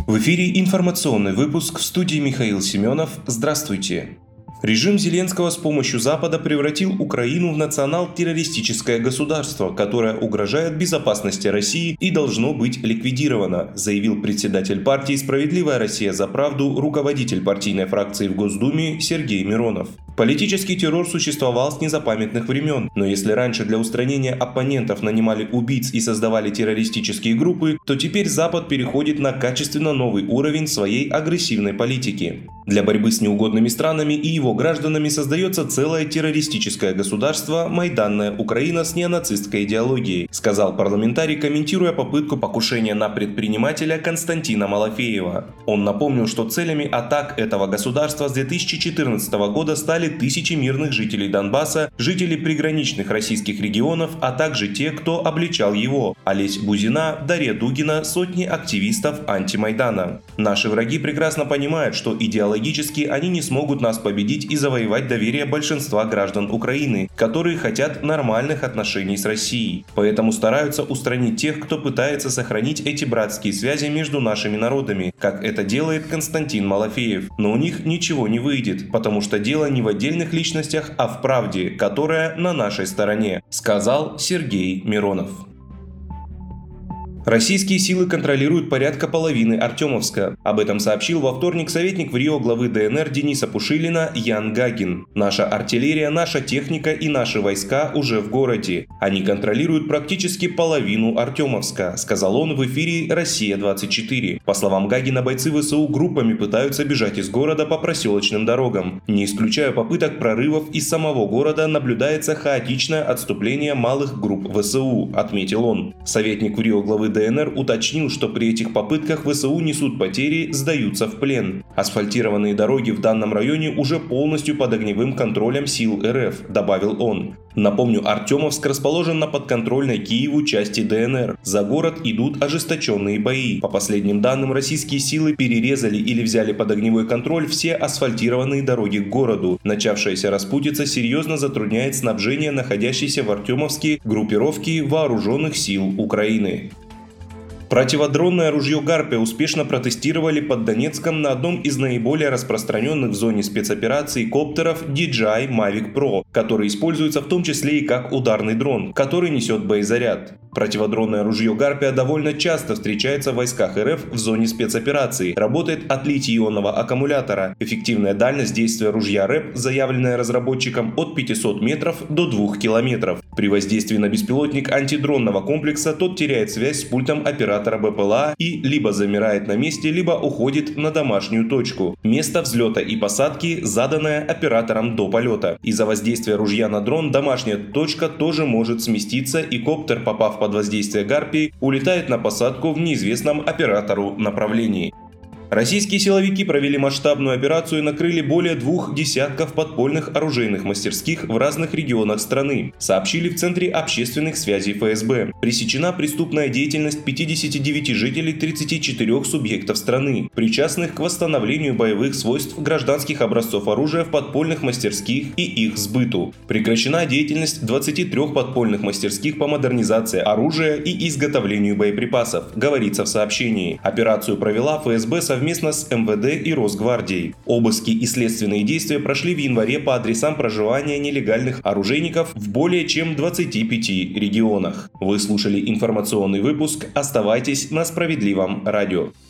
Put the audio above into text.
В эфире информационный выпуск, в студии Михаил Семенов. Здравствуйте. Режим Зеленского с помощью Запада превратил Украину в национал-террористическое государство, которое угрожает безопасности России и должно быть ликвидировано, заявил председатель партии «Справедливая Россия за правду», руководитель партийной фракции в Госдуме Сергей Миронов. Политический террор существовал с незапамятных времен, но если раньше для устранения оппонентов нанимали убийц и создавали террористические группы, то теперь Запад переходит на качественно новый уровень своей агрессивной политики. Для борьбы с неугодными странами и его гражданами создается целое террористическое государство «Майданная Украина» с неонацистской идеологией, сказал парламентарий, комментируя попытку покушения на предпринимателя Константина Малафеева. Он напомнил, что целями атак этого государства с 2014 года стали тысячи мирных жителей Донбасса, жителей приграничных российских регионов, а также те, кто обличал его – Олесь Бузина, Дарья Дугина, сотни активистов антимайдана. Наши враги прекрасно понимают, что идеологически они не смогут нас победить и завоевать доверие большинства граждан Украины, которые хотят нормальных отношений с Россией. Поэтому стараются устранить тех, кто пытается сохранить эти братские связи между нашими народами, как это делает Константин Малафеев. Но у них ничего не выйдет, потому что дело не в отдельных личностях, а в правде, которая на нашей стороне, сказал Сергей Миронов. Российские силы контролируют порядка половины Артемовска. Об этом сообщил во вторник советник в Рио главы ДНР Дениса Пушилина Ян Гагин. «Наша артиллерия, наша техника и наши войска уже в городе. Они контролируют практически половину Артемовска», сказал он в эфире «Россия-24». По словам Гагина, бойцы ВСУ группами пытаются бежать из города по проселочным дорогам. Не исключая попыток прорывов из самого города, наблюдается хаотичное отступление малых групп ВСУ, отметил он. Советник в Рио главы ДНР уточнил, что при этих попытках ВСУ несут потери, сдаются в плен. Асфальтированные дороги в данном районе уже полностью под огневым контролем сил РФ, добавил он. Напомню, Артемовск расположен на подконтрольной Киеву части ДНР. За город идут ожесточенные бои. По последним данным, российские силы перерезали или взяли под огневой контроль все асфальтированные дороги к городу. Начавшаяся распутица серьезно затрудняет снабжение находящейся в Артемовске группировки вооруженных сил Украины. Противодронное ружье «Гарпия» успешно протестировали под Донецком на одном из наиболее распространенных в зоне спецопераций коптеров DJI Mavic Pro, который используется в том числе и как ударный дрон, который несет боезаряд. Противодронное ружье «Гарпия» довольно часто встречается в войсках РФ в зоне спецопераций, работает от литий-ионного аккумулятора. Эффективная дальность действия ружья РЭП, заявленная разработчиком, от 500 метров до 2 километров. При воздействии на беспилотник антидронного комплекса тот теряет связь с пультом оператора БПЛА и либо замирает на месте, либо уходит на домашнюю точку. Место взлета и посадки заданное оператором до полета. Из-за воздействия ружья на дрон домашняя точка тоже может сместиться, и коптер, попав под воздействие «Гарпии», улетает на посадку в неизвестном оператору направлении. Российские силовики провели масштабную операцию и накрыли более 2 десятков подпольных оружейных мастерских в разных регионах страны, сообщили в Центре общественных связей ФСБ. Пресечена преступная деятельность 59 жителей 34 субъектов страны, причастных к восстановлению боевых свойств гражданских образцов оружия в подпольных мастерских и их сбыту. Прекращена деятельность 23 подпольных мастерских по модернизации оружия и изготовлению боеприпасов, говорится в сообщении. Операцию провела ФСБ совместно с МВД и Росгвардией. Обыски и следственные действия прошли в январе по адресам проживания нелегальных оружейников в более чем 25 регионах. Вы слушали информационный выпуск. Оставайтесь на Справедливом радио.